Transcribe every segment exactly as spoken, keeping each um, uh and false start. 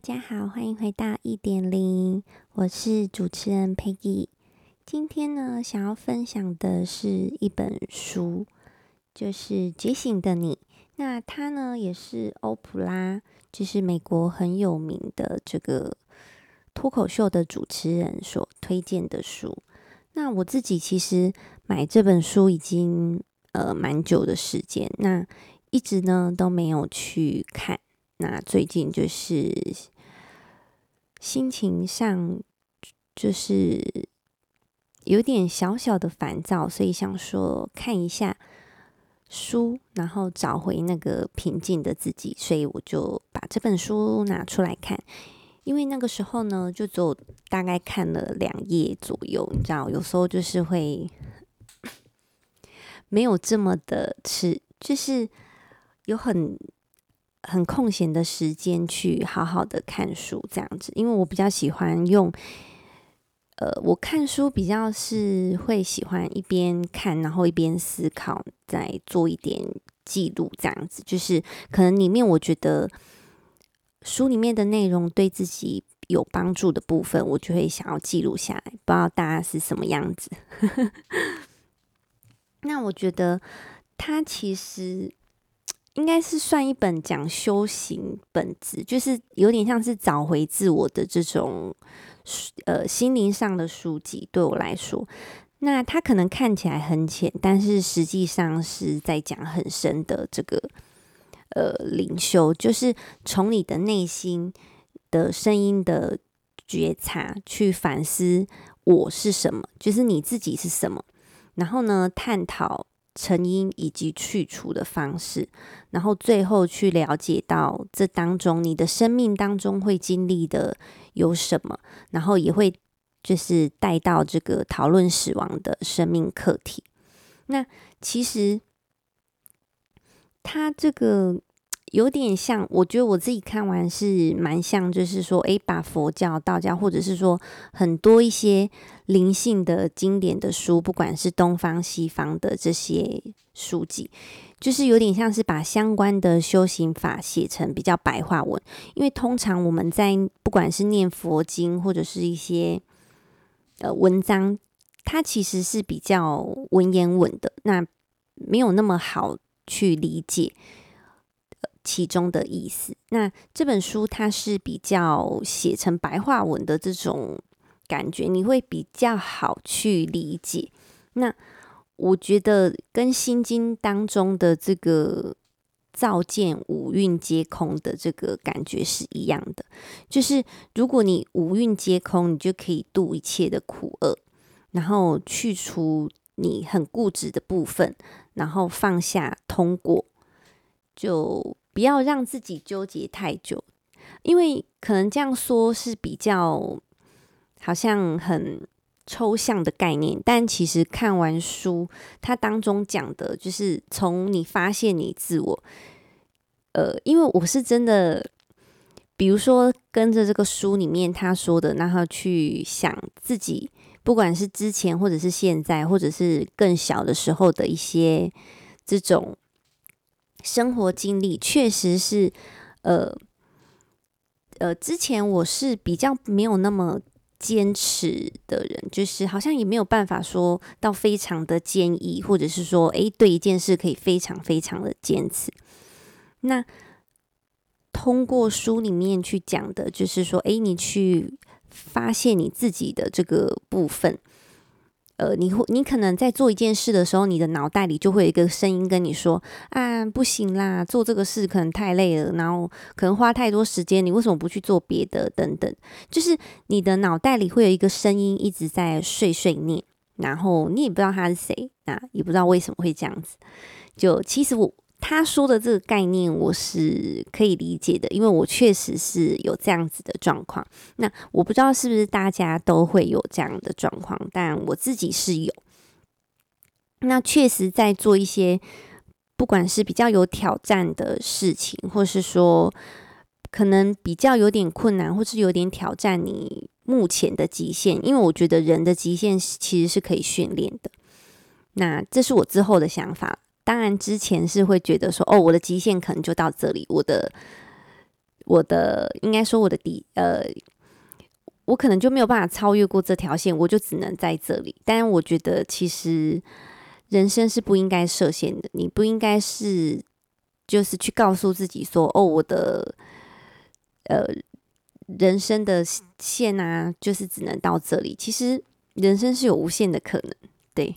家好，欢迎回到一点零，我是主持人 Peggy。今天呢，想要分享的是一本书，就是《觉醒的你》。那它呢，也是欧普拉，就是美国很有名的这个脱口秀的主持人所推荐的书。那我自己其实买这本书已经呃蛮久的时间，那一直呢都没有去看。那最近就是心情上就是有点小小的烦躁，所以想说看一下书，然后找回那个平静的自己，所以我就把这本书拿出来看。因为那个时候呢，就只有大概看了两页左右，你知道，有时候就是会没有这么的吃，就是有很很空闲的时间去好好的看书这样子。因为我比较喜欢用，呃，我看书比较是会喜欢一边看，然后一边思考，再做一点记录这样子。就是可能里面我觉得书里面的内容对自己有帮助的部分，我就会想要记录下来，不知道大家是什么样子。那我觉得它其实应该是算一本讲修行本质，就是有点像是找回自我的这种呃心灵上的书籍。对我来说，那它可能看起来很浅，但是实际上是在讲很深的这个呃灵修，就是从你的内心的声音的觉察去反思我是什么，就是你自己是什么，然后呢探讨成因以及去除的方式，然后最后去了解到这当中你的生命当中会经历的有什么，然后也会就是带到这个讨论死亡的生命课题。那其实它这个有点像，我觉得我自己看完是蛮像，就是说，诶，把佛教、道教，或者是说很多一些灵性的经典的书，不管是东方西方的这些书籍，就是有点像是把相关的修行法写成比较白话文。因为通常我们在不管是念佛经或者是一些呃文章，它其实是比较文言文的，那没有那么好去理解其中的意思。那这本书它是比较写成白话文的这种感觉，你会比较好去理解。那我觉得跟心经当中的这个照见五蕴皆空的这个感觉是一样的，就是如果你五蕴皆空，你就可以度一切的苦厄，然后去除你很固执的部分，然后放下通过，就不要让自己纠结太久。因为可能这样说是比较好像很抽象的概念，但其实看完书，它当中讲的就是从你发现你自我，呃，因为我是真的，比如说跟着这个书里面他说的，然后去想自己，不管是之前或者是现在，或者是更小的时候的一些这种生活经历，确实是呃呃，之前我是比较没有那么坚持的人，就是好像也没有办法说到非常的坚毅，或者是说，诶，对一件事可以非常非常的坚持。那通过书里面去讲的，就是说，诶，你去发现你自己的这个部分。呃，你会，你可能在做一件事的时候，你的脑袋里就会有一个声音跟你说：啊，不行啦，做这个事可能太累了，然后可能花太多时间，你为什么不去做别的？等等，就是你的脑袋里会有一个声音一直在碎碎念，然后你也不知道他是谁，那也不知道为什么会这样子。就其实我他说的这个概念我是可以理解的，因为我确实是有这样子的状况。那我不知道是不是大家都会有这样的状况，但我自己是有。那确实在做一些不管是比较有挑战的事情，或是说可能比较有点困难，或是有点挑战你目前的极限，因为我觉得人的极限其实是可以训练的。那这是我之后的想法。当然之前是会觉得说，哦，我的极限可能就到这里，我的我的应该说我的底呃，我可能就没有办法超越过这条线，我就只能在这里。但我觉得其实人生是不应该设限的，你不应该是就是去告诉自己说，哦，我的呃人生的线啊，就是只能到这里。其实人生是有无限的可能，对。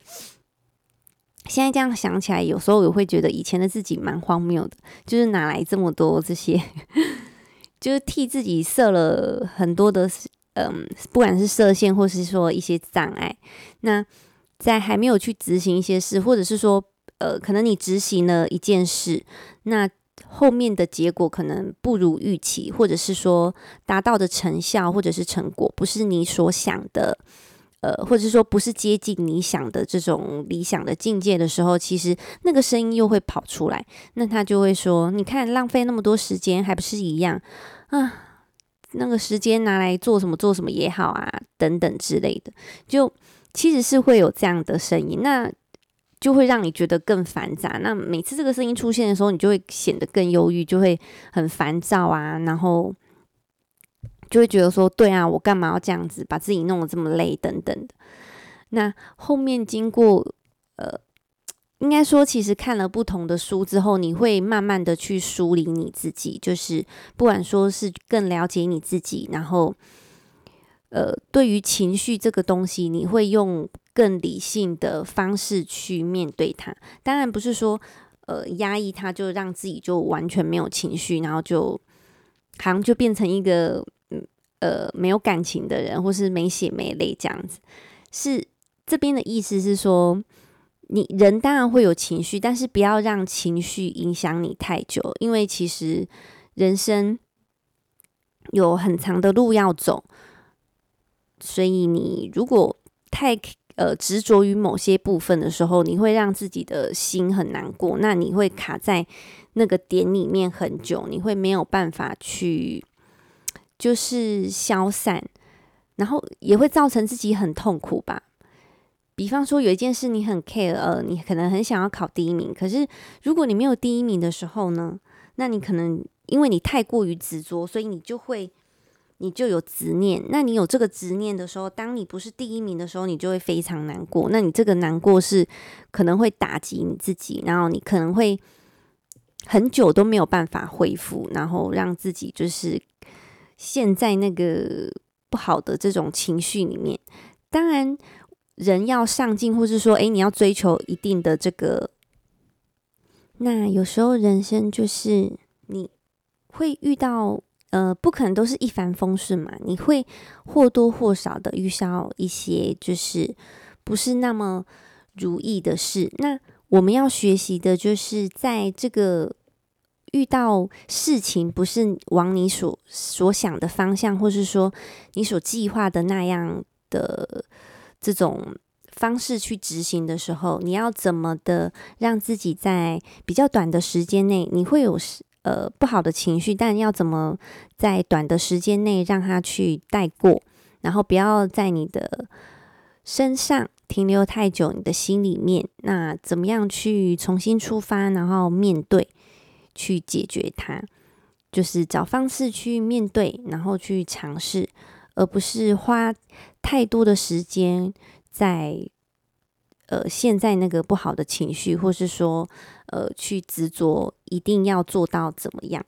现在这样想起来，有时候我会觉得以前的自己蛮荒谬的，就是哪来这么多这些，就是替自己设了很多的，嗯，不管是设限或是说一些障碍。那在还没有去执行一些事，或者是说，呃，可能你执行了一件事，那后面的结果可能不如预期，或者是说达到的成效或者是成果不是你所想的。呃，或者说不是接近你想的这种理想的境界的时候，其实那个声音又会跑出来，那他就会说：“你看，浪费那么多时间，还不是一样啊？那个时间拿来做什么做什么也好啊，等等之类的。”就其实是会有这样的声音，那就会让你觉得更繁杂。那每次这个声音出现的时候，你就会显得更忧郁，就会很烦躁啊，然后。就会觉得说，对啊，我干嘛要这样子把自己弄得这么累等等的。那后面经过呃，应该说其实看了不同的书之后，你会慢慢的去梳理你自己，就是不管说是更了解你自己，然后呃，对于情绪这个东西，你会用更理性的方式去面对它。当然不是说呃压抑它，就让自己就完全没有情绪，然后就好像就变成一个。呃，没有感情的人，或是没血没泪这样子，是这边的意思是说，你人当然会有情绪，但是不要让情绪影响你太久，因为其实人生有很长的路要走，所以你如果太呃执着于某些部分的时候，你会让自己的心很难过，那你会卡在那个点里面很久，你会没有办法去。就是消散，然后也会造成自己很痛苦吧。比方说有一件事你很 care， 呃，你可能很想要考第一名，可是如果你没有第一名的时候呢，那你可能因为你太过于执着，所以你就会你就有执念。那你有这个执念的时候，当你不是第一名的时候，你就会非常难过。那你这个难过是可能会打击你自己，然后你可能会很久都没有办法恢复，然后让自己就是。陷在那个不好的这种情绪里面，当然人要上进，或是说，哎，你要追求一定的这个，那有时候人生就是你会遇到，呃，不可能都是一帆风顺嘛，你会或多或少的遇到一些就是不是那么如意的事。那我们要学习的就是在这个。遇到事情不是往你所所想的方向，或是说你所计划的那样的这种方式去执行的时候，你要怎么的让自己在比较短的时间内，你会有呃不好的情绪，但要怎么在短的时间内让它去带过，然后不要在你的身上停留太久，你的心里面，那怎么样去重新出发，然后面对。去解决它，就是找方式去面对，然后去尝试，而不是花太多的时间在呃陷在那个不好的情绪，或是说呃去执着一定要做到怎么样。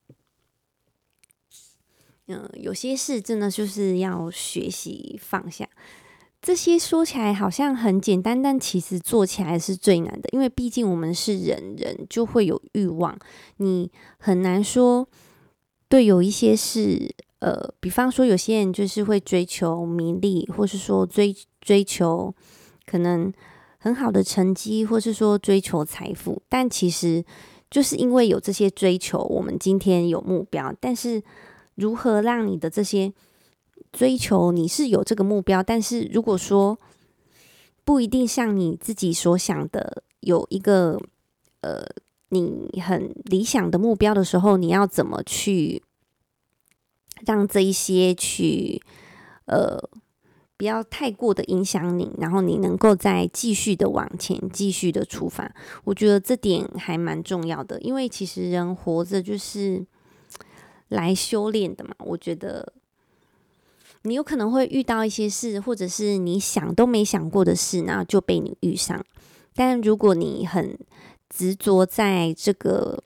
嗯、呃，有些事真的就是要学习放下。这些说起来好像很简单，但其实做起来是最难的，因为毕竟我们是人，人就会有欲望，你很难说对有一些事，呃，比方说有些人就是会追求名利，或是说追追求可能很好的成绩，或是说追求财富，但其实就是因为有这些追求，我们今天有目标，但是如何让你的这些追求你是有这个目标，但是如果说不一定像你自己所想的有一个呃你很理想的目标的时候，你要怎么去让这一些去呃不要太过的影响你，然后你能够再继续的往前，继续的出发。我觉得这点还蛮重要的，因为其实人活着就是来修炼的嘛。我觉得你有可能会遇到一些事，或者是你想都没想过的事，然后就被你遇上。但如果你很执着在这个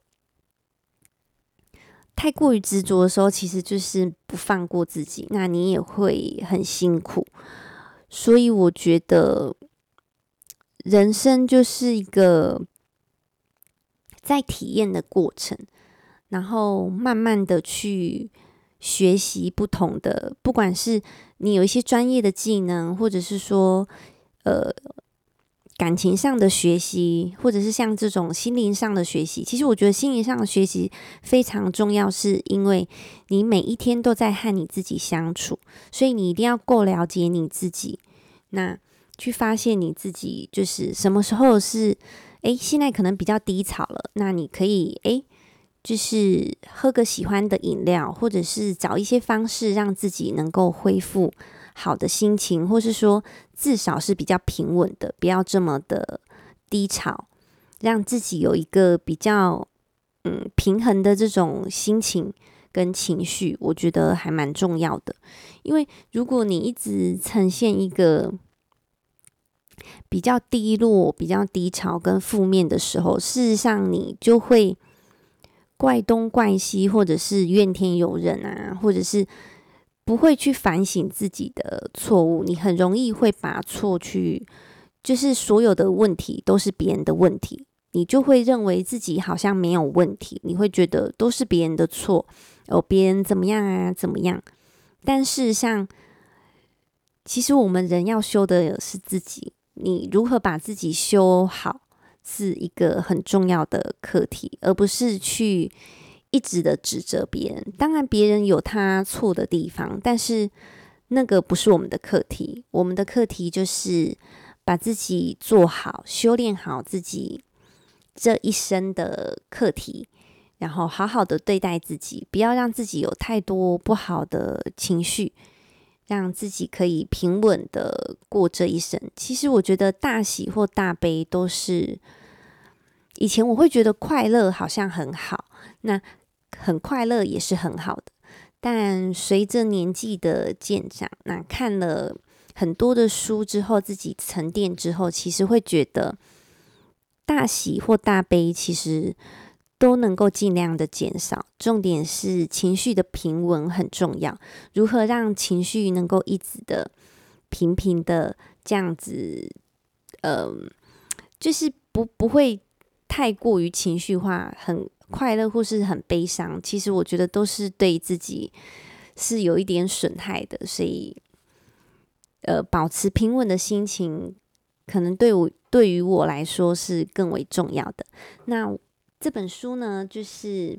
太过于执着的时候，其实就是不放过自己，那你也会很辛苦。所以我觉得人生就是一个在体验的过程，然后慢慢的去学习不同的，不管是你有一些专业的技能，或者是说呃感情上的学习，或者是像这种心灵上的学习。其实我觉得心灵上的学习非常重要，是因为你每一天都在和你自己相处，所以你一定要够了解你自己，那去发现你自己就是什么时候是诶现在可能比较低潮了，那你可以诶就是喝个喜欢的饮料，或者是找一些方式让自己能够恢复好的心情，或是说至少是比较平稳的，不要这么的低潮，让自己有一个比较嗯平衡的这种心情跟情绪，我觉得还蛮重要的。因为如果你一直呈现一个比较低落、比较低潮跟负面的时候，事实上你就会怪东怪西，或者是怨天尤人啊，或者是不会去反省自己的错误，你很容易会把错去，就是所有的问题都是别人的问题，你就会认为自己好像没有问题，你会觉得都是别人的错，哦，别人怎么样啊，怎么样？但事实上，其实我们人要修的是自己，你如何把自己修好，是一个很重要的课题，而不是去一直的指责别人。当然别人有他错的地方，但是那个不是我们的课题，我们的课题就是把自己做好，修炼好自己这一生的课题，然后好好的对待自己，不要让自己有太多不好的情绪，让自己可以平稳的过这一生。其实我觉得大喜或大悲都是，以前我会觉得快乐好像很好，那很快乐也是很好的，但随着年纪的渐长，那看了很多的书之后，自己沉淀之后，其实会觉得大喜或大悲其实都能够尽量的减少，重点是情绪的平稳很重要，如何让情绪能够一直的平平的这样子，呃，就是不不会太过于情绪化，很快乐或是很悲伤，其实我觉得都是对自己是有一点损害的，所以呃，保持平稳的心情，可能对我对于我来说是更为重要的。那这本书呢，就是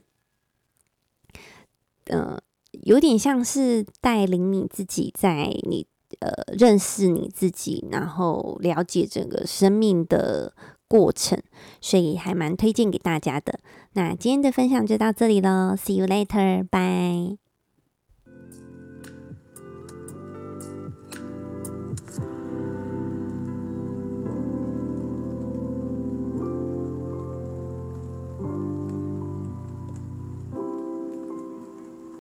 呃，有点像是带领你自己在你呃认识你自己，然后了解整个生命的过程，所以还蛮推荐给大家的。那今天的分享就到这里咯，See you later，拜。